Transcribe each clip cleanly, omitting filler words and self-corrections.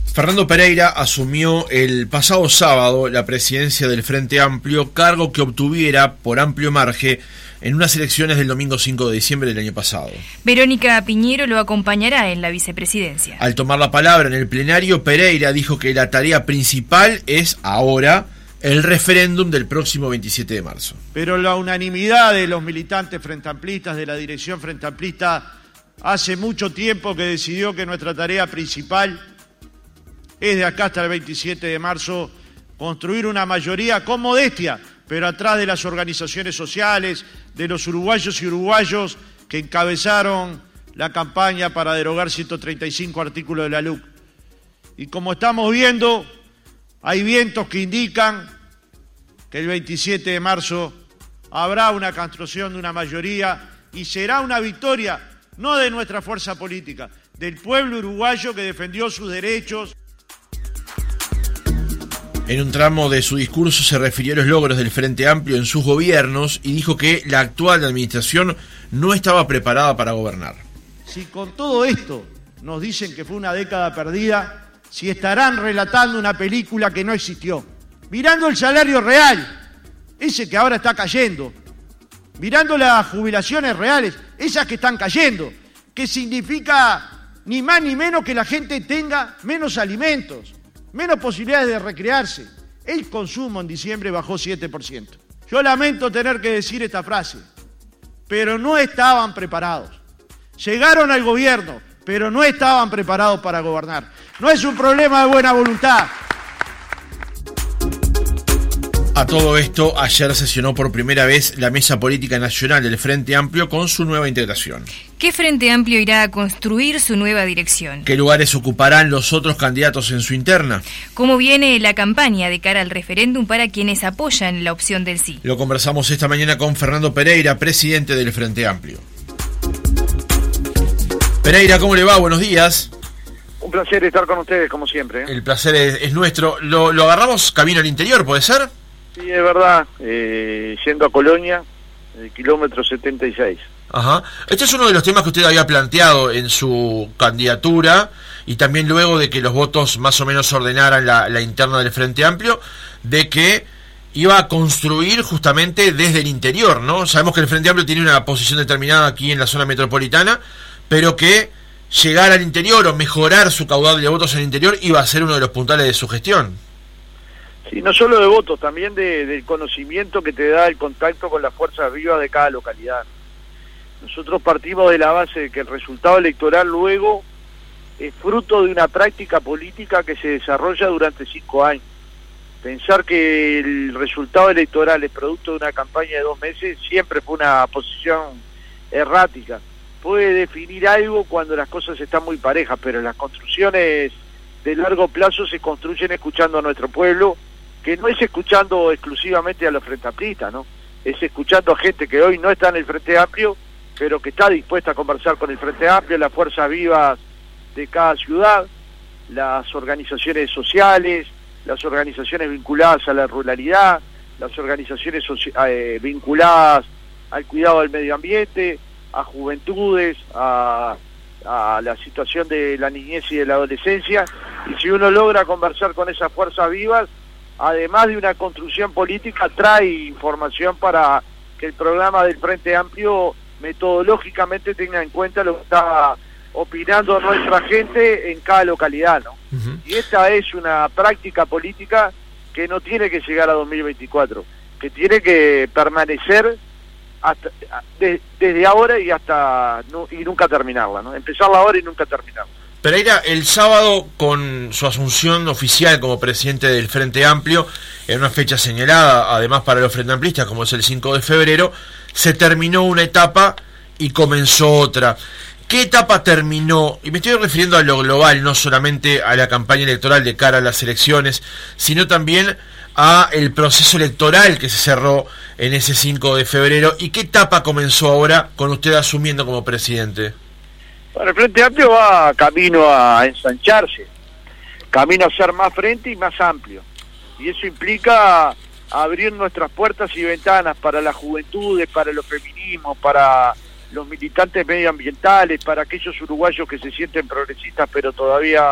Fernando Pereira asumió el pasado sábado la presidencia del Frente Amplio, cargo que obtuviera por amplio margen en unas elecciones del domingo 5 de diciembre del año pasado. Verónica Piñero lo acompañará en la vicepresidencia. Al tomar la palabra en el plenario, Pereira dijo que la tarea principal es ahora el referéndum del próximo 27 de marzo. Pero la unanimidad de los militantes frentamplistas, de la dirección frentamplista, hace mucho tiempo que decidió que nuestra tarea principal es de acá hasta el 27 de marzo construir una mayoría con modestia, pero atrás de las organizaciones sociales, de los uruguayos y uruguayos que encabezaron la campaña para derogar 135 artículos de la LUC. Y como estamos viendo, hay vientos que indican que el 27 de marzo habrá una construcción de una mayoría y será una victoria, no de nuestra fuerza política, del pueblo uruguayo que defendió sus derechos. En un tramo de su discurso se refirió a los logros del Frente Amplio en sus gobiernos y dijo que la actual administración no estaba preparada para gobernar. Si con todo esto nos dicen que fue una década perdida, si estarán relatando una película que no existió, mirando el salario real, ese que ahora está cayendo, mirando las jubilaciones reales, esas que están cayendo, que significa ni más ni menos que la gente tenga menos alimentos, menos posibilidades de recrearse. El consumo en diciembre bajó 7%. Yo lamento tener que decir esta frase, pero no estaban preparados. Llegaron al gobierno, pero no estaban preparados para gobernar. No es un problema de buena voluntad. A todo esto, ayer sesionó por primera vez la Mesa Política Nacional del Frente Amplio con su nueva integración. ¿Qué Frente Amplio irá a construir su nueva dirección? ¿Qué lugares ocuparán los otros candidatos en su interna? ¿Cómo viene la campaña de cara al referéndum para quienes apoyan la opción del sí? Lo conversamos esta mañana con Fernando Pereira, presidente del Frente Amplio. Pereira, ¿cómo le va? Buenos días. Un placer estar con ustedes, como siempre. El placer es nuestro. ¿Lo agarramos camino al interior, puede ser? Sí, es verdad, yendo a Colonia, el kilómetro 76. Ajá. Este es uno de los temas que usted había planteado en su candidatura y también luego de que los votos más o menos ordenaran la interna del Frente Amplio, de que iba a construir justamente desde el interior, ¿no? Sabemos que el Frente Amplio tiene una posición determinada aquí en la zona metropolitana, pero que llegar al interior o mejorar su caudal de votos en el interior iba a ser uno de los puntales de su gestión. Sí, no solo de votos, también del conocimiento que te da el contacto con las fuerzas vivas de cada localidad. Nosotros partimos de la base de que el resultado electoral luego es fruto de una práctica política que se desarrolla durante 5 años. Pensar que el resultado electoral es producto de una campaña de 2 meses siempre fue una posición errática. Puede definir algo cuando las cosas están muy parejas, pero las construcciones de largo plazo se construyen escuchando a nuestro pueblo, que no es escuchando exclusivamente a los frentamplistas, ¿no? Es escuchando a gente que hoy no está en el Frente Amplio, pero que está dispuesta a conversar con el Frente Amplio, las fuerzas vivas de cada ciudad, las organizaciones sociales, las organizaciones vinculadas a la ruralidad, las organizaciones vinculadas al cuidado del medio ambiente, a juventudes, a la situación de la niñez y de la adolescencia. Y si uno logra conversar con esas fuerzas vivas, además de una construcción política, trae información para que el programa del Frente Amplio metodológicamente tenga en cuenta lo que está opinando nuestra gente en cada localidad, ¿no? Uh-huh. Y esta es una práctica política que no tiene que llegar a 2024, que tiene que permanecer hasta desde ahora y hasta y nunca terminarla, ¿no? Empezarla ahora y nunca terminarla. Pereira, el sábado, con su asunción oficial como presidente del Frente Amplio, en una fecha señalada, además para los frente amplistas, como es el 5 de febrero, se terminó una etapa y comenzó otra. ¿Qué etapa terminó? Y me estoy refiriendo a lo global, no solamente a la campaña electoral de cara a las elecciones, sino también a el proceso electoral que se cerró en ese 5 de febrero. ¿Y qué etapa comenzó ahora con usted asumiendo como presidente? Bueno, el Frente Amplio va camino a ensancharse, camino a ser más frente y más amplio. Y eso implica abrir nuestras puertas y ventanas para las juventudes, para los feminismos, para los militantes medioambientales, para aquellos uruguayos que se sienten progresistas pero todavía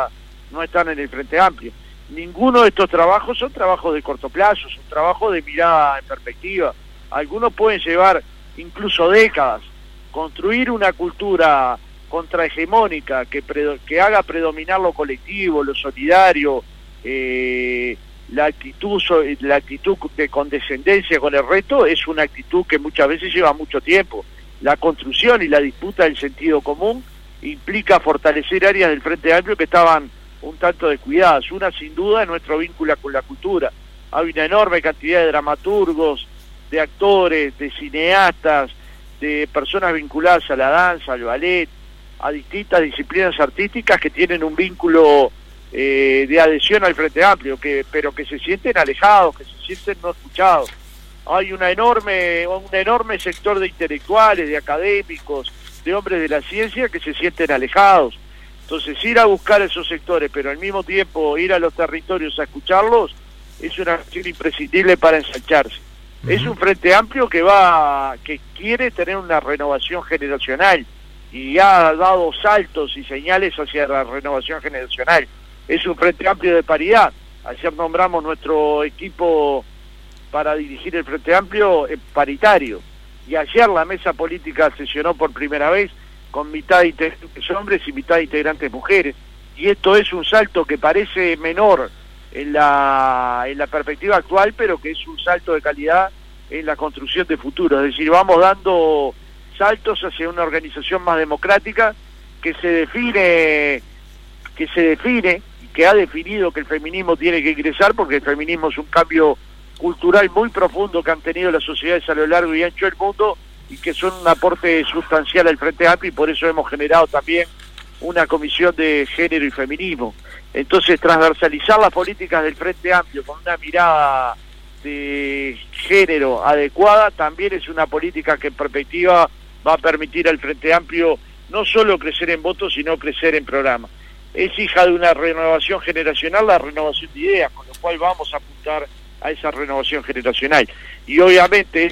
no están en el Frente Amplio. Ninguno de estos trabajos son trabajos de corto plazo, son trabajos de mirada en perspectiva. Algunos pueden llevar incluso décadas. Construir una cultura contrahegemónica que haga predominar lo colectivo, lo solidario, la actitud de condescendencia con el resto, es una actitud que muchas veces lleva mucho tiempo. La construcción y la disputa del sentido común implica fortalecer áreas del Frente Amplio que estaban un tanto descuidadas. Una, sin duda, es nuestro vínculo con la cultura. Hay una enorme cantidad de dramaturgos, de actores, de cineastas, de personas vinculadas a la danza, al ballet, a distintas disciplinas artísticas que tienen un vínculo de adhesión al Frente Amplio, pero que se sienten alejados, que se sienten no escuchados. Hay un enorme sector de intelectuales, de académicos, de hombres de la ciencia que se sienten alejados. Entonces, ir a buscar esos sectores, pero al mismo tiempo ir a los territorios a escucharlos, es una acción imprescindible para ensancharse. Es un Frente Amplio que quiere tener una renovación generacional y ha dado saltos y señales hacia la renovación generacional. Es un Frente Amplio de paridad. Ayer nombramos nuestro equipo para dirigir el Frente Amplio paritario, y ayer la mesa política sesionó por primera vez con mitad de integrantes hombres y mitad de integrantes mujeres, y esto es un salto que parece menor en la perspectiva actual, pero que es un salto de calidad en la construcción de futuro. Es decir, vamos dando saltos hacia una organización más democrática que se define y que ha definido que el feminismo tiene que ingresar, porque el feminismo es un cambio cultural muy profundo que han tenido las sociedades a lo largo y ancho del mundo, y que son un aporte sustancial al Frente Amplio, y por eso hemos generado también una comisión de género y feminismo. Entonces, transversalizar las políticas del Frente Amplio con una mirada de género adecuada también es una política que en perspectiva va a permitir al Frente Amplio no solo crecer en votos, sino crecer en programa. Es hija de una renovación generacional, la renovación de ideas, con lo cual vamos a apuntar a esa renovación generacional. Y obviamente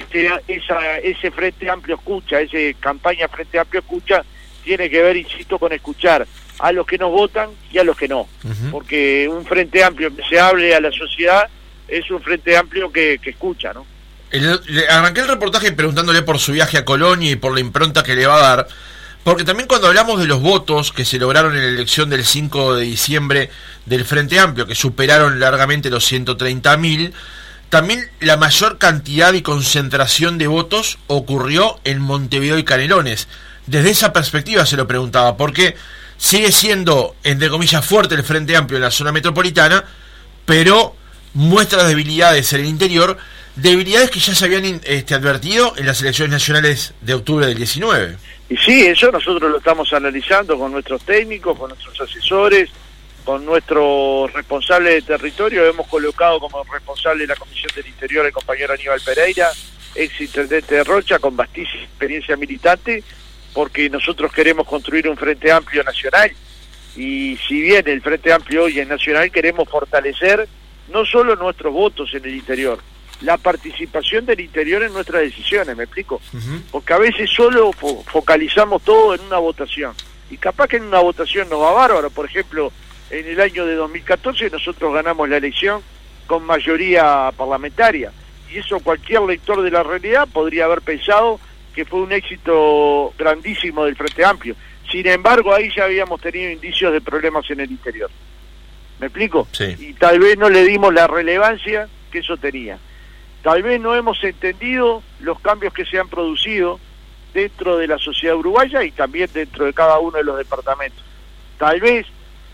ese Frente Amplio escucha, esa campaña Frente Amplio escucha, tiene que ver, insisto, con escuchar a los que nos votan y a los que no. Porque un Frente Amplio que se hable a la sociedad es un Frente Amplio que escucha, ¿no? Arranqué el reportaje preguntándole por su viaje a Colonia y por la impronta que le va a dar, porque también cuando hablamos de los votos que se lograron en la elección del 5 de diciembre del Frente Amplio, que superaron largamente los 130.000, también la mayor cantidad y concentración de votos ocurrió en Montevideo y Canelones. Desde esa perspectiva se lo preguntaba, porque sigue siendo, entre comillas, fuerte el Frente Amplio en la zona metropolitana, pero muestra debilidades en el interior, debilidades que ya se habían advertido en las elecciones nacionales de octubre del 19. Y sí, eso nosotros lo estamos analizando con nuestros técnicos, con nuestros asesores, con nuestro responsable de territorio. Hemos colocado como responsable de la Comisión del Interior el compañero Aníbal Pereira, ex intendente de Rocha, con vastísima experiencia militante, porque nosotros queremos construir un Frente Amplio nacional, y si bien el Frente Amplio hoy es nacional, queremos fortalecer no solo nuestros votos en el interior, la participación del interior en nuestras decisiones, ¿me explico? Porque a veces solo focalizamos todo en una votación, y capaz que en una votación nos va bárbaro. Por ejemplo, en el año de 2014 nosotros ganamos la elección con mayoría parlamentaria, y eso cualquier lector de la realidad podría haber pensado que fue un éxito grandísimo del Frente Amplio. Sin embargo, ahí ya habíamos tenido indicios de problemas en el interior. ¿Me explico? Sí. Y tal vez no le dimos la relevancia que eso tenía. Tal vez no hemos entendido los cambios que se han producido dentro de la sociedad uruguaya y también dentro de cada uno de los departamentos. Tal vez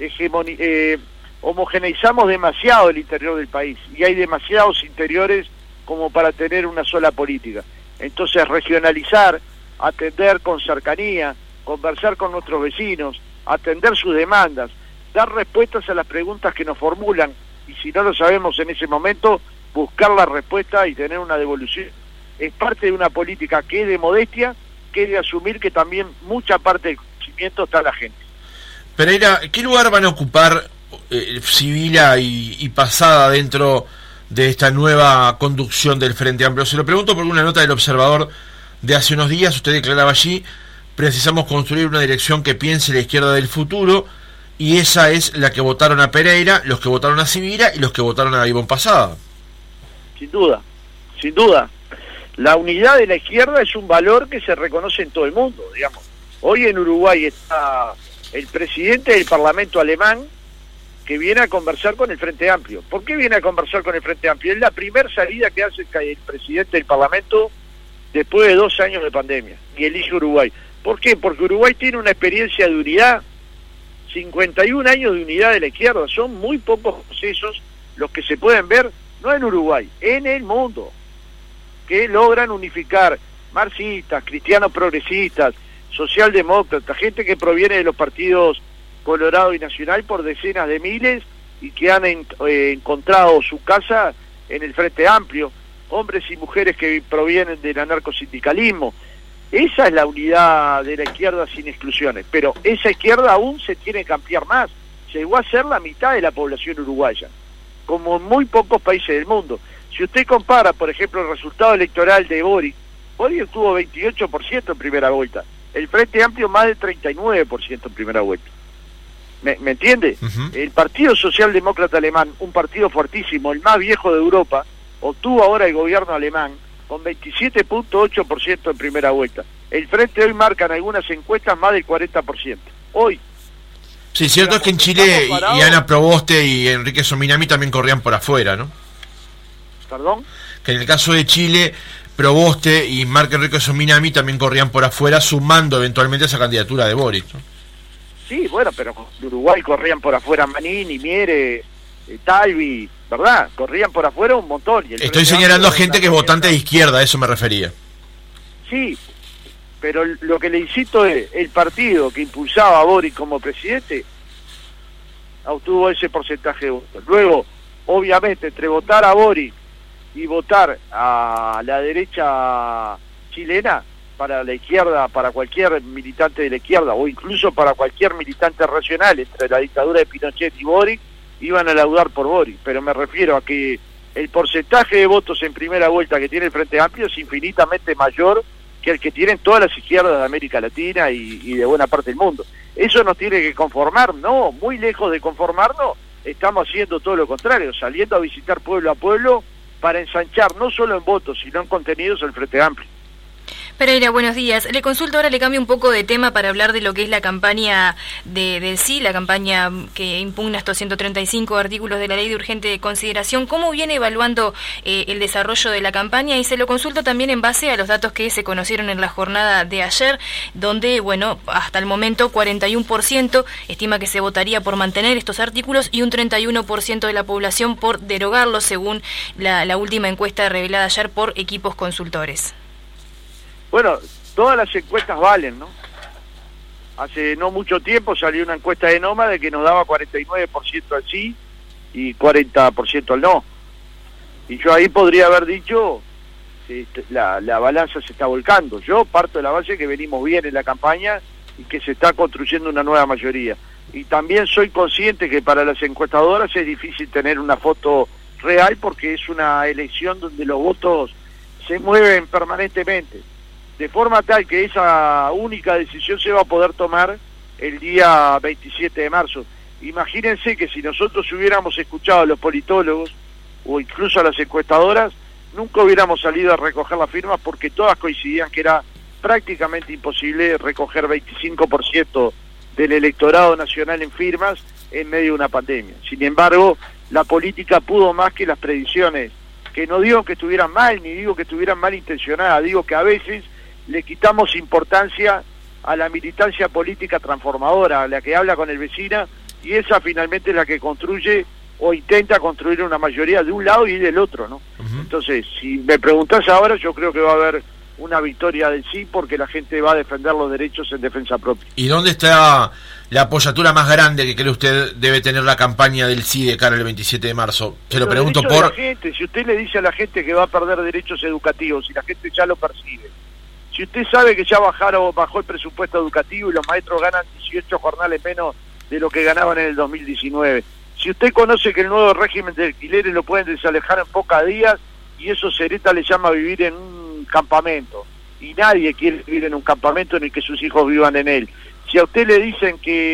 homogeneizamos demasiado el interior del país, y hay demasiados interiores como para tener una sola política. Entonces, regionalizar, atender con cercanía, conversar con nuestros vecinos, atender sus demandas, dar respuestas a las preguntas que nos formulan, y si no lo sabemos en ese momento, buscar la respuesta y tener una devolución. Es parte de una política que es de modestia, que es de asumir que también mucha parte del conocimiento está en la gente. Pereira, ¿qué lugar van a ocupar Sibila y Pasada dentro de esta nueva conducción del Frente Amplio? Se lo pregunto por una nota del Observador de hace unos días. Usted declaraba allí: precisamos construir una dirección que piense la izquierda del futuro y esa es la que votaron a Pereira, los que votaron a Civira y los que votaron a Ivonne Pasada. Sin duda, sin duda. La unidad de la izquierda es un valor que se reconoce en todo el mundo, digamos. Hoy en Uruguay está el presidente del Parlamento alemán que viene a conversar con el Frente Amplio. ¿Por qué viene a conversar con el Frente Amplio? Es la primera salida que hace el presidente del Parlamento después de 2 años de pandemia, y elige Uruguay. ¿Por qué? Porque Uruguay tiene una experiencia de unidad, 51 años de unidad de la izquierda. Son muy pocos procesos los que se pueden ver, no en Uruguay, en el mundo, que logran unificar marxistas, cristianos progresistas, socialdemócratas, gente que proviene de los partidos Colorado y Nacional por decenas de miles y que han encontrado su casa en el Frente Amplio, hombres y mujeres que provienen del anarcosindicalismo. Esa es la unidad de la izquierda sin exclusiones, pero esa izquierda aún se tiene que ampliar más. Llegó a ser la mitad de la población uruguaya, como en muy pocos países del mundo. Si usted compara, por ejemplo, el resultado electoral de Boric obtuvo 28% en primera vuelta, el Frente Amplio más de 39% en primera vuelta. ¿Me entiende? El Partido Socialdemócrata Alemán, un partido fuertísimo, el más viejo de Europa, obtuvo ahora el gobierno alemán con 27.8% en primera vuelta. El Frente hoy marca en algunas encuestas más del 40%. Hoy. Sí, cierto es que en Chile y Ana Proboste y Enrique Sominami también corrían por afuera, ¿no? ¿Perdón? Que en el caso de Chile, Proboste y Marc Enrique Sominami también corrían por afuera, sumando eventualmente esa candidatura de Boric, ¿no? Sí, bueno, pero en Uruguay corrían por afuera Manini, Miere, Talvi, ¿verdad? Corrían por afuera un montón. Y estoy señalando a gente que es votante de izquierda, a eso me refería. Sí, pero lo que le insisto es, el partido que impulsaba a Boric como presidente obtuvo ese porcentaje de votos. Luego, obviamente, entre votar a Boric y votar a la derecha chilena, para la izquierda, para cualquier militante de la izquierda, o incluso para cualquier militante racional, entre la dictadura de Pinochet y Boric, iban a laudar por Boric. Pero me refiero a que el porcentaje de votos en primera vuelta que tiene el Frente Amplio es infinitamente mayor que el que tienen todas las izquierdas de América Latina y de buena parte del mundo. Eso nos tiene que conformar, no, muy lejos de conformarnos, estamos haciendo todo lo contrario, saliendo a visitar pueblo a pueblo para ensanchar no solo en votos, sino en contenidos el Frente Amplio. Pereira, buenos días. Le consulto ahora, le cambio un poco de tema para hablar de lo que es la campaña del sí, la campaña que impugna estos 135 artículos de la Ley de Urgente Consideración. ¿Cómo viene evaluando el desarrollo de la campaña? Y se lo consulto también en base a los datos que se conocieron en la jornada de ayer, donde, bueno, hasta el momento 41% estima que se votaría por mantener estos artículos y un 31% de la población por derogarlos, según la última encuesta revelada ayer por Equipos Consultores. Bueno, todas las encuestas valen, ¿no? Hace no mucho tiempo salió una encuesta de Nómade que nos daba 49% al sí y 40% al no. Y yo ahí podría haber dicho, la balanza se está volcando. Yo parto de la base que venimos bien en la campaña y que se está construyendo una nueva mayoría. Y también soy consciente que para las encuestadoras es difícil tener una foto real porque es una elección donde los votos se mueven permanentemente, de forma tal que esa única decisión se va a poder tomar el día 27 de marzo. Imagínense que si nosotros hubiéramos escuchado a los politólogos o incluso a las encuestadoras, nunca hubiéramos salido a recoger las firmas porque todas coincidían que era prácticamente imposible recoger 25% del electorado nacional en firmas en medio de una pandemia. Sin embargo, la política pudo más que las predicciones, que no digo que estuvieran mal, ni digo que estuvieran mal intencionadas, digo que a veces le quitamos importancia a la militancia política transformadora, a la que habla con el vecino, y esa finalmente es la que construye o intenta construir una mayoría de un lado y del otro, ¿no? Entonces, si me preguntás ahora, yo creo que va a haber una victoria del sí, porque la gente va a defender los derechos en defensa propia. ¿Y dónde está la apoyatura más grande que cree usted debe tener la campaña del sí de cara al 27 de marzo? Se lo pregunto por... La gente, si usted le dice a la gente que va a perder derechos educativos, y la gente ya lo percibe, si usted sabe que ya bajó el presupuesto educativo y los maestros ganan 18 jornales menos de lo que ganaban en el 2019, si usted conoce que el nuevo régimen de alquileres lo pueden desalejar en pocos días y eso Sereta le llama vivir en un campamento, y nadie quiere vivir en un campamento ni que sus hijos vivan en él, si a usted le dicen que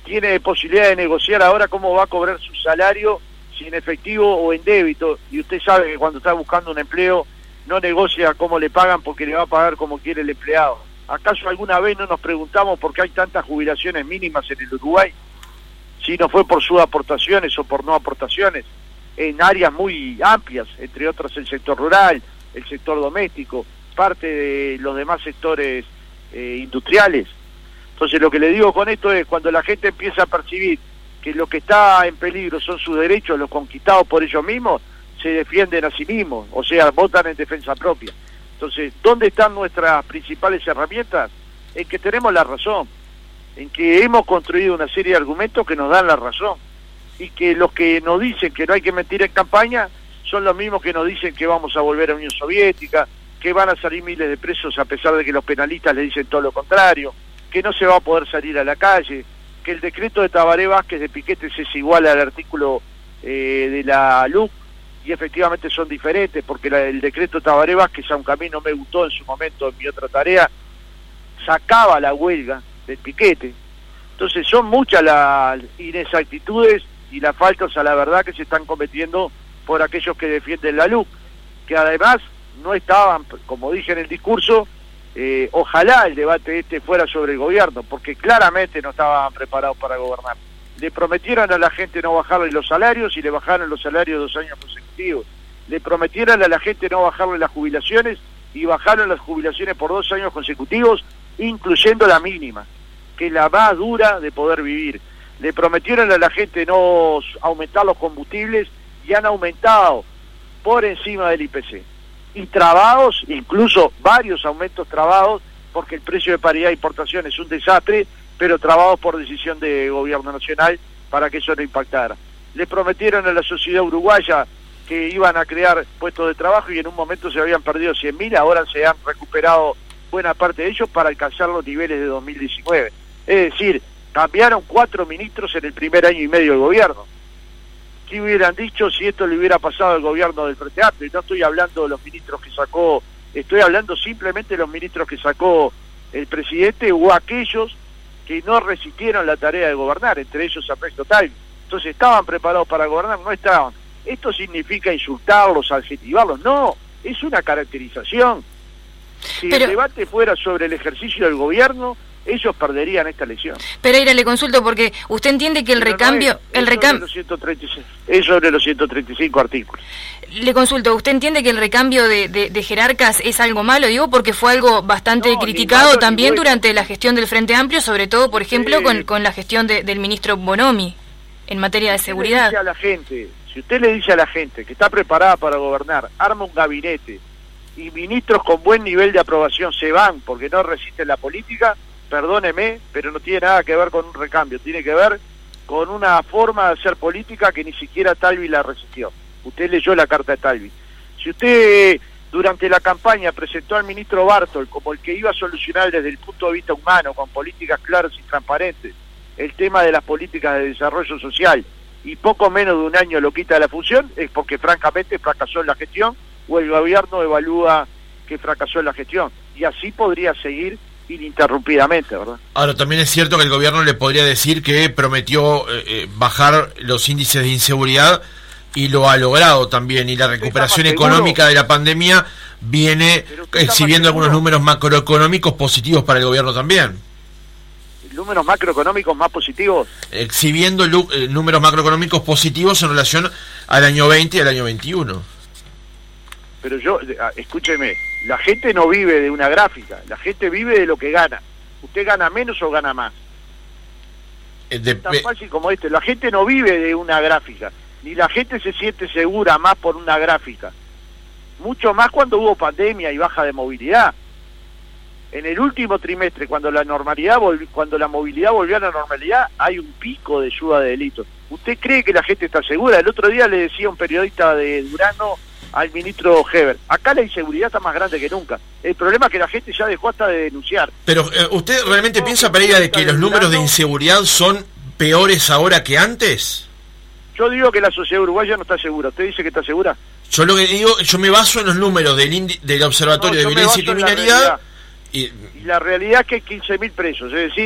tiene posibilidad de negociar ahora cómo va a cobrar su salario, si en efectivo o en débito, y usted sabe que cuando está buscando un empleo no negocia cómo le pagan porque le va a pagar como quiere el empleado. ¿Acaso alguna vez no nos preguntamos por qué hay tantas jubilaciones mínimas en el Uruguay? Si no fue por sus aportaciones o por no aportaciones, en áreas muy amplias, entre otras el sector rural, el sector doméstico, parte de los demás sectores industriales. Entonces lo que le digo con esto es, cuando la gente empieza a percibir que lo que está en peligro son sus derechos, los conquistados por ellos mismos, se defienden a sí mismos, o sea, votan en defensa propia. Entonces, ¿dónde están nuestras principales herramientas? En que tenemos la razón, en que hemos construido una serie de argumentos que nos dan la razón, y que los que nos dicen que no hay que mentir en campaña son los mismos que nos dicen que vamos a volver a Unión Soviética, que van a salir miles de presos a pesar de que los penalistas le dicen todo lo contrario, que no se va a poder salir a la calle, que el decreto de Tabaré Vázquez de piquetes es igual al artículo de la LUC, y efectivamente son diferentes, porque el decreto de Tabaré Vázquez, aunque a mí no me gustó en su momento en mi otra tarea, sacaba la huelga del piquete. Entonces son muchas las inexactitudes y las faltas a la verdad que se están cometiendo por aquellos que defienden la LUC, que además no estaban, como dije en el discurso, ojalá el debate este fuera sobre el gobierno, porque claramente no estaban preparados para gobernar. Le prometieron a la gente no bajarle los salarios y le bajaron los salarios 2 años consecutivos. Le prometieron a la gente no bajarle las jubilaciones y bajaron las jubilaciones por 2 años consecutivos, incluyendo la mínima, que es la más dura de poder vivir. Le prometieron a la gente no aumentar los combustibles y han aumentado por encima del IPC. Y trabados, incluso varios aumentos trabados, porque el precio de paridad de importación es un desastre, pero trabados por decisión de gobierno nacional para que eso no impactara. Le prometieron a la sociedad uruguaya que iban a crear puestos de trabajo y en un momento se habían perdido 100.000, ahora se han recuperado buena parte de ellos para alcanzar los niveles de 2019. Es decir, cambiaron 4 ministros en el primer año y medio del gobierno. ¿Qué hubieran dicho si esto le hubiera pasado al gobierno del Frente Amplio? Y no estoy hablando de los ministros que sacó, estoy hablando simplemente de los ministros que sacó el presidente o aquellos que no resistieron la tarea de gobernar, entre ellos Ernesto Talvi. Entonces, ¿estaban preparados para gobernar? No estaban. ¿Esto significa insultarlos, adjetivarlos? No, es una caracterización. Si el debate fuera sobre el ejercicio del gobierno, ellos perderían esta elección. Pereira, le consulto porque usted entiende que el recambio... Es sobre los 135 artículos. Le consulto, ¿usted entiende que el recambio de jerarcas es algo malo? Digo, porque fue algo bastante criticado también durante la gestión del Frente Amplio, sobre todo, por ejemplo, con la gestión del ministro Bonomi en materia de seguridad. Si usted le dice a la gente que está preparada para gobernar, arma un gabinete y ministros con buen nivel de aprobación se van porque no resisten la política, perdóneme, pero no tiene nada que ver con un recambio, tiene que ver con una forma de hacer política que ni siquiera Talvi la resistió. Usted leyó la carta de Talvi. Si usted durante la campaña presentó al ministro Bartol como el que iba a solucionar desde el punto de vista humano, con políticas claras y transparentes, el tema de las políticas de desarrollo social, y poco menos de un año lo quita de la función, es porque francamente fracasó en la gestión, o el gobierno evalúa que fracasó en la gestión. Y así podría seguir ininterrumpidamente, ¿verdad? Ahora, también es cierto que el gobierno le podría decir que prometió bajar los índices de inseguridad y lo ha logrado también, y la recuperación económica de la pandemia viene exhibiendo algunos números macroeconómicos positivos para el gobierno también. ¿Números macroeconómicos más positivos? Exhibiendo números macroeconómicos positivos en relación al año 20 y al año 21. Pero escúcheme, la gente no vive de una gráfica, la gente vive de lo que gana. ¿Usted gana menos o gana más? Es tan fácil como esto, la gente no vive de una gráfica, ni la gente se siente segura más por una gráfica. Mucho más cuando hubo pandemia y baja de movilidad. En el último trimestre, cuando la movilidad volvió a la normalidad, hay un pico de suba de delitos. ¿Usted cree que la gente está segura? El otro día le decía un periodista de Durano al ministro Heber, acá la inseguridad está más grande que nunca. El problema es que la gente ya dejó hasta de denunciar. Pero, ¿usted realmente piensa, Pereira, de que los números de inseguridad son peores ahora que antes? Yo digo que la sociedad uruguaya no está segura. ¿Usted dice que está segura? Yo lo que digo, yo me baso en los números del Observatorio de Violencia y Criminalidad. Y la realidad es que hay 15.000 presos, es decir,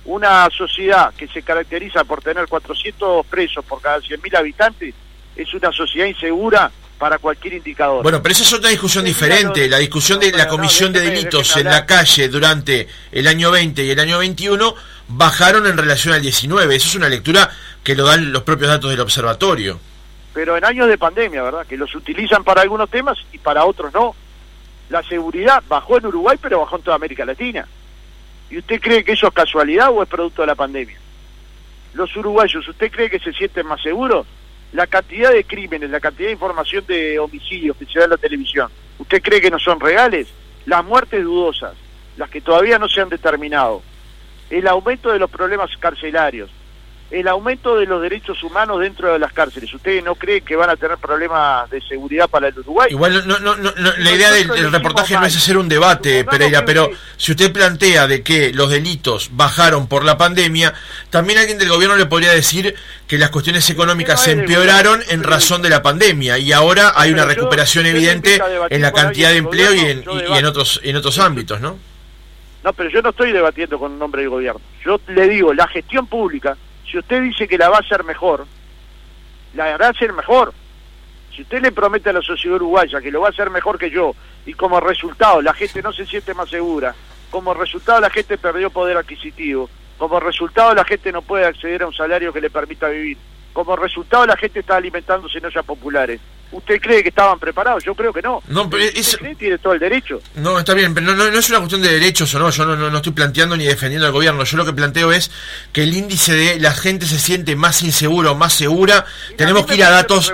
una sociedad que se caracteriza por tener 400 presos por cada 100.000 habitantes es una sociedad insegura para cualquier indicador. Bueno, pero esa es otra discusión diferente, la discusión de la comisión de delitos en la calle durante el año 20 y el año 21 bajaron en relación al 19, eso es una lectura que lo dan los propios datos del observatorio. Pero en años de pandemia, ¿verdad? Que los utilizan para algunos temas y para otros no. La seguridad bajó en Uruguay, pero bajó en toda América Latina. ¿Y usted cree que eso es casualidad o es producto de la pandemia? Los uruguayos, ¿usted cree que se sienten más seguros? La cantidad de crímenes, la cantidad de información de homicidios que se da en la televisión, ¿usted cree que no son reales? Las muertes dudosas, las que todavía no se han determinado, el aumento de los problemas carcelarios, el aumento de los derechos humanos dentro de las cárceles. ¿Ustedes no creen que van a tener problemas de seguridad para el Uruguay? Igual la idea del reportaje no es hacer un debate, Pereira, pero si usted plantea de que los delitos bajaron por la pandemia, también alguien del gobierno le podría decir que las cuestiones económicas se empeoraron en razón de la pandemia y ahora hay una recuperación evidente en la cantidad de empleo y en otros ámbitos, ¿no? No, pero yo no estoy debatiendo con un nombre del gobierno. Yo le digo, la gestión pública, si usted dice que la va a hacer mejor, la hará hacer mejor. Si usted le promete a la sociedad uruguaya que lo va a hacer mejor que yo, y como resultado la gente no se siente más segura, como resultado la gente perdió poder adquisitivo, como resultado la gente no puede acceder a un salario que le permita vivir, como resultado la gente está alimentándose en ollas populares, ¿usted cree que estaban preparados? Yo creo que no. No, pero ¿Usted cree que tiene todo el derecho? No, está bien, pero no es una cuestión de derechos o no, yo no estoy planteando ni defendiendo al gobierno, yo lo que planteo es que el índice de la gente se siente más insegura o más segura, tenemos que ir a datos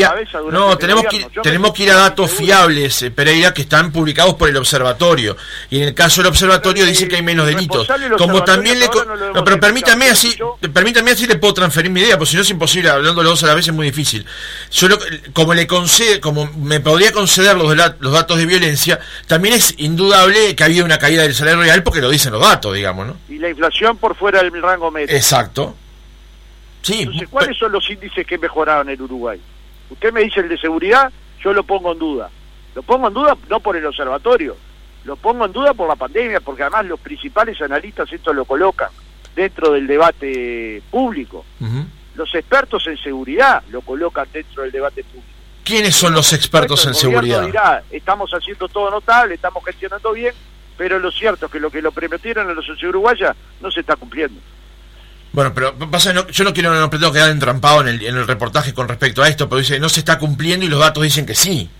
tenemos que ir a datos fiables, Pereira, que están publicados por el observatorio, y en el caso del observatorio dice que hay menos delitos, como también no, pero permítame así le puedo transferir mi idea, porque si no es imposible, hablando los dos a la vez es muy difícil. Como me podría conceder los datos de violencia, también es indudable que ha habido una caída del salario real porque lo dicen los datos, digamos, ¿no? Y la inflación por fuera del rango medio. Exacto. Sí. Entonces, ¿cuáles son los índices que mejoraron en Uruguay? Usted me dice el de seguridad, yo lo pongo en duda. Lo pongo en duda no por el observatorio, lo pongo en duda por la pandemia, porque además los principales analistas esto lo colocan dentro del debate público. Los expertos en seguridad lo colocan dentro del debate público. ¿Quiénes son los expertos en seguridad? Dirá, estamos haciendo todo notable, estamos gestionando bien, pero lo cierto es que lo prometieron a la sociedad uruguaya no se está cumpliendo. Bueno, pero pasa, yo no pretendo quedar entrampado en el reportaje con respecto a esto, pero dice no se está cumpliendo y los datos dicen que sí.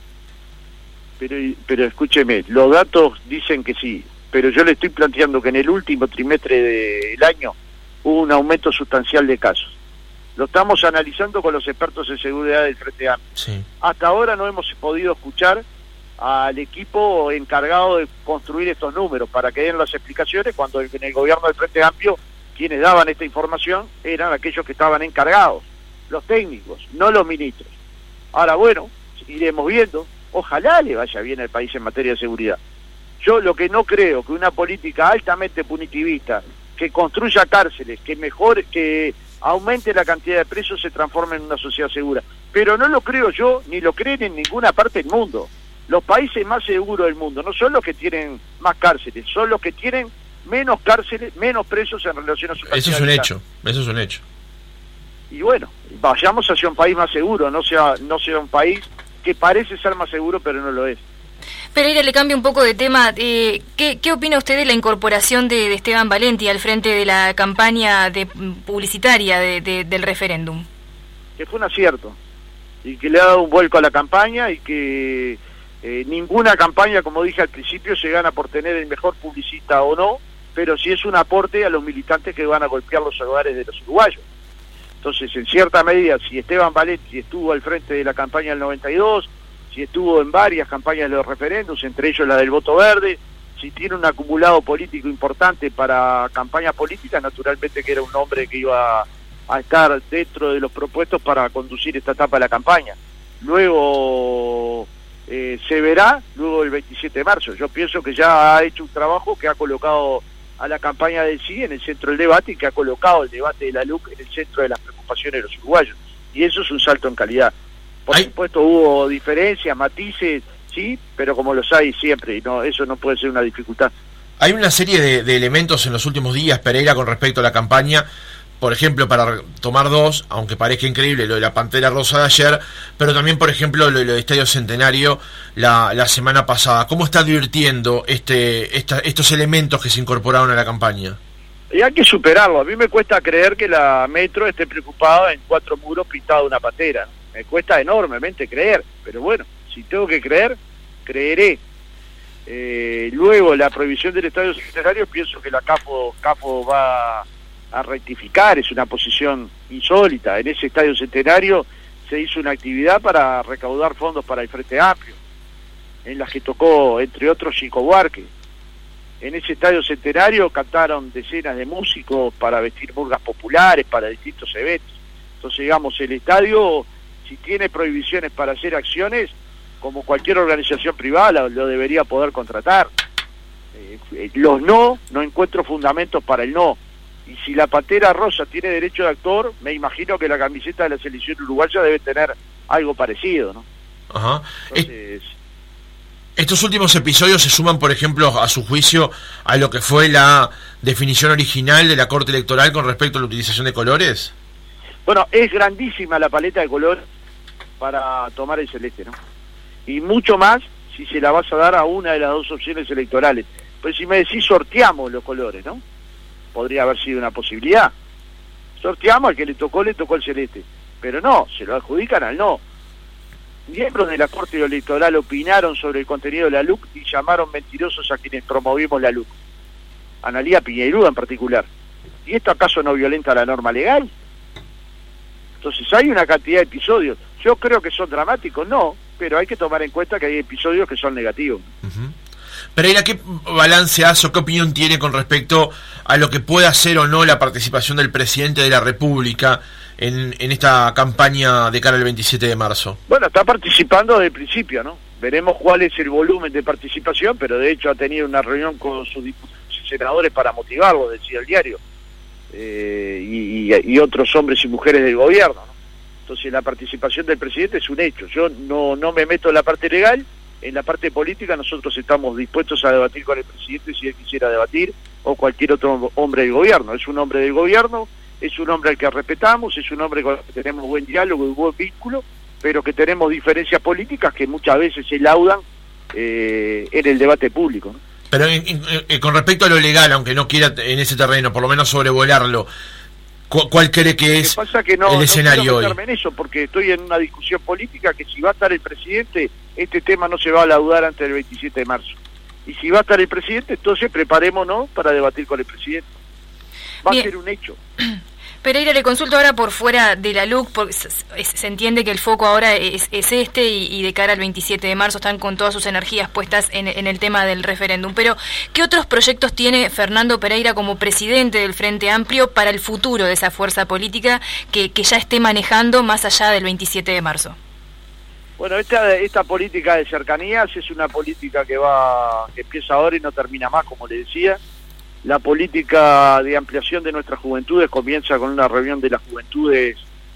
Pero escúcheme, los datos dicen que sí, pero yo le estoy planteando que en el último trimestre del año hubo un aumento sustancial de casos. Lo estamos analizando con los expertos en seguridad del Frente Amplio. Sí. Hasta ahora no hemos podido escuchar al equipo encargado de construir estos números para que den las explicaciones, cuando en el gobierno del Frente Amplio quienes daban esta información eran aquellos que estaban encargados, los técnicos, no los ministros. Ahora bueno, iremos viendo, ojalá le vaya bien al país en materia de seguridad. Yo lo que no creo que una política altamente punitivista, que construya cárceles, que mejore, que aumente la cantidad de presos, se transforme en una sociedad segura. Pero no lo creo yo, ni lo creen en ninguna parte del mundo. Los países más seguros del mundo no son los que tienen más cárceles, son los que tienen menos cárceles, menos presos en relación a su cantidad. Eso es un hecho. Y bueno, vayamos hacia un país más seguro, no sea un país que parece ser más seguro, pero no lo es. Pereira, le cambio un poco de tema. ¿Qué opina usted de la incorporación de Esteban Valenti al frente de la campaña publicitaria del referéndum? Que fue un acierto y que le ha dado un vuelco a la campaña y que ninguna campaña, como dije al principio, se gana por tener el mejor publicista o no, pero sí es un aporte a los militantes que van a golpear los hogares de los uruguayos. Entonces, en cierta medida, si Esteban Valenti estuvo al frente de la campaña del 92, si estuvo en varias campañas de los referéndums, entre ellos la del voto verde, si tiene un acumulado político importante para campañas políticas, naturalmente que era un hombre que iba a estar dentro de los propuestos para conducir esta etapa de la campaña. Luego se verá, luego el 27 de marzo. Yo pienso que ya ha hecho un trabajo que ha colocado a la campaña del sí en el centro del debate y que ha colocado el debate de la LUC en el centro de las preocupaciones de los uruguayos. Y eso es un salto en calidad. Por supuesto hubo diferencias, matices, sí, pero como los hay siempre, y no, eso no puede ser una dificultad. Hay una serie de elementos en los últimos días, Pereira, con respecto a la campaña. Por ejemplo, para tomar dos, aunque parezca increíble lo de la Pantera Rosa de ayer, pero también, por ejemplo, lo del Estadio Centenario la semana pasada. ¿Cómo está advirtiendo estos elementos que se incorporaron a la campaña? Y hay que superarlo. A mí me cuesta creer que la Metro esté preocupada en 4 muros pintados de una pantera. Me cuesta enormemente creer, pero bueno, si tengo que creer, creeré. Luego, la prohibición del Estadio Centenario, pienso que la CAFO va a rectificar, es una posición insólita. En ese Estadio Centenario se hizo una actividad para recaudar fondos para el Frente Amplio, en las que tocó, entre otros, Chico Buarque. En ese Estadio Centenario cantaron decenas de músicos para vestir murgas populares, para distintos eventos. Entonces, digamos, el estadio, si tiene prohibiciones para hacer acciones, como cualquier organización privada lo debería poder contratar. Los no encuentro fundamentos para el no. Y si la Pantera Rosa tiene derecho de actor, me imagino que la camiseta de la selección uruguaya debe tener algo parecido, ¿no? Ajá. Entonces, estos últimos episodios se suman, por ejemplo, a su juicio, a lo que fue la definición original de la Corte Electoral con respecto a la utilización de colores. Bueno, es grandísima la paleta de colores para tomar el celeste, ¿no? Y mucho más si se la vas a dar a una de las dos opciones electorales. Pues si me decís sorteamos los colores, ¿no? Podría haber sido una posibilidad. Sorteamos, al que le tocó el celeste. Pero no, se lo adjudican al no. Miembros de la Corte Electoral opinaron sobre el contenido de la LUC y llamaron mentirosos a quienes promovimos la LUC. Analía Piñeirúa en particular. ¿Y esto acaso no violenta la norma legal? Entonces hay una cantidad de episodios. Yo creo que son dramáticos, no, pero hay que tomar en cuenta que hay episodios que son negativos. Uh-huh. Pereira, ¿qué balance hace o qué opinión tiene con respecto a lo que pueda ser o no la participación del presidente de la República en esta campaña de cara al 27 de marzo? Bueno, está participando desde el principio, ¿no? Veremos cuál es el volumen de participación, pero de hecho ha tenido una reunión con sus diputados y senadores para motivarlo, decía el diario, y otros hombres y mujeres del gobierno, ¿no? Entonces la participación del presidente es un hecho. Yo no me meto en la parte legal. En la parte política nosotros estamos dispuestos a debatir con el presidente si él quisiera debatir, o cualquier otro hombre del gobierno. Es un hombre del gobierno, es un hombre al que respetamos, es un hombre con el que tenemos buen diálogo y buen vínculo, pero que tenemos diferencias políticas que muchas veces se laudan en el debate público, ¿no? Pero con respecto a lo legal, aunque no quiera en ese terreno, por lo menos sobrevolarlo, ¿cuál cree que es el escenario hoy? No quiero meterme en eso, porque estoy en una discusión política que si va a estar el presidente, este tema no se va a laudar antes del 27 de marzo. Y si va a estar el presidente, entonces preparémonos para debatir con el presidente. Va a ser un hecho. Pereira, le consulto ahora por fuera de la LUC, porque se entiende que el foco ahora es este y de cara al 27 de marzo están con todas sus energías puestas en el tema del referéndum. Pero, ¿qué otros proyectos tiene Fernando Pereira como presidente del Frente Amplio para el futuro de esa fuerza política que ya esté manejando más allá del 27 de marzo? Bueno, esta política de cercanías es una política que empieza ahora y no termina más, como le decía. La política de ampliación de nuestras juventudes comienza con una reunión de las juventudes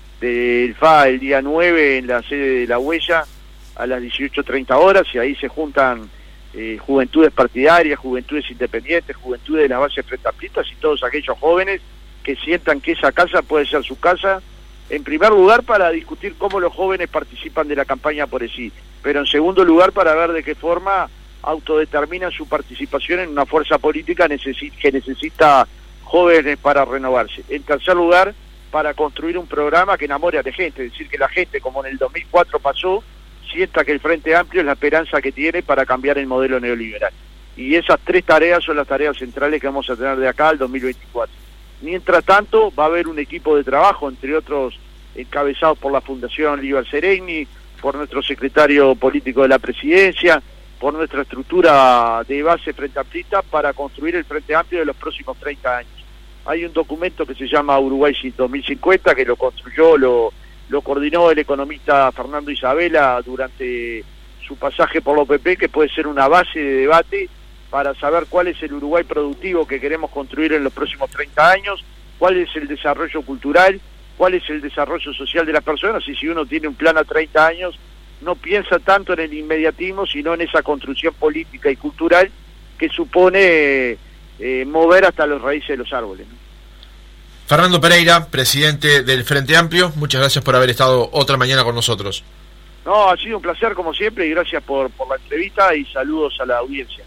del FA el día 9 en la sede de La Huella a las 18:30 horas, y ahí se juntan juventudes partidarias, juventudes independientes, juventudes de las bases frentamplistas y todos aquellos jóvenes que sientan que esa casa puede ser su casa, en primer lugar para discutir cómo los jóvenes participan de la campaña por el sí, pero en segundo lugar para ver de qué forma autodeterminan su participación en una fuerza política que necesita jóvenes para renovarse. En tercer lugar, para construir un programa que enamore a la gente, es decir, que la gente, como en el 2004 pasó, sienta que el Frente Amplio es la esperanza que tiene para cambiar el modelo neoliberal. Y esas 3 tareas son las tareas centrales que vamos a tener de acá al 2024. Mientras tanto, va a haber un equipo de trabajo, entre otros encabezados por la Fundación Líbar Seregni, por nuestro secretario político de la presidencia, por nuestra estructura de base frente amplista, para construir el Frente Amplio de los próximos 30 años. Hay un documento que se llama Uruguay 2050, que lo construyó, lo coordinó el economista Fernando Isabela durante su pasaje por la OPP, que puede ser una base de debate para saber cuál es el Uruguay productivo que queremos construir en los próximos 30 años, cuál es el desarrollo cultural, cuál es el desarrollo social de las personas, y si uno tiene un plan a 30 años, no piensa tanto en el inmediatismo, sino en esa construcción política y cultural que supone mover hasta las raíces de los árboles, ¿no? Fernando Pereira, presidente del Frente Amplio, muchas gracias por haber estado otra mañana con nosotros. No, ha sido un placer como siempre y gracias por la entrevista y saludos a la audiencia.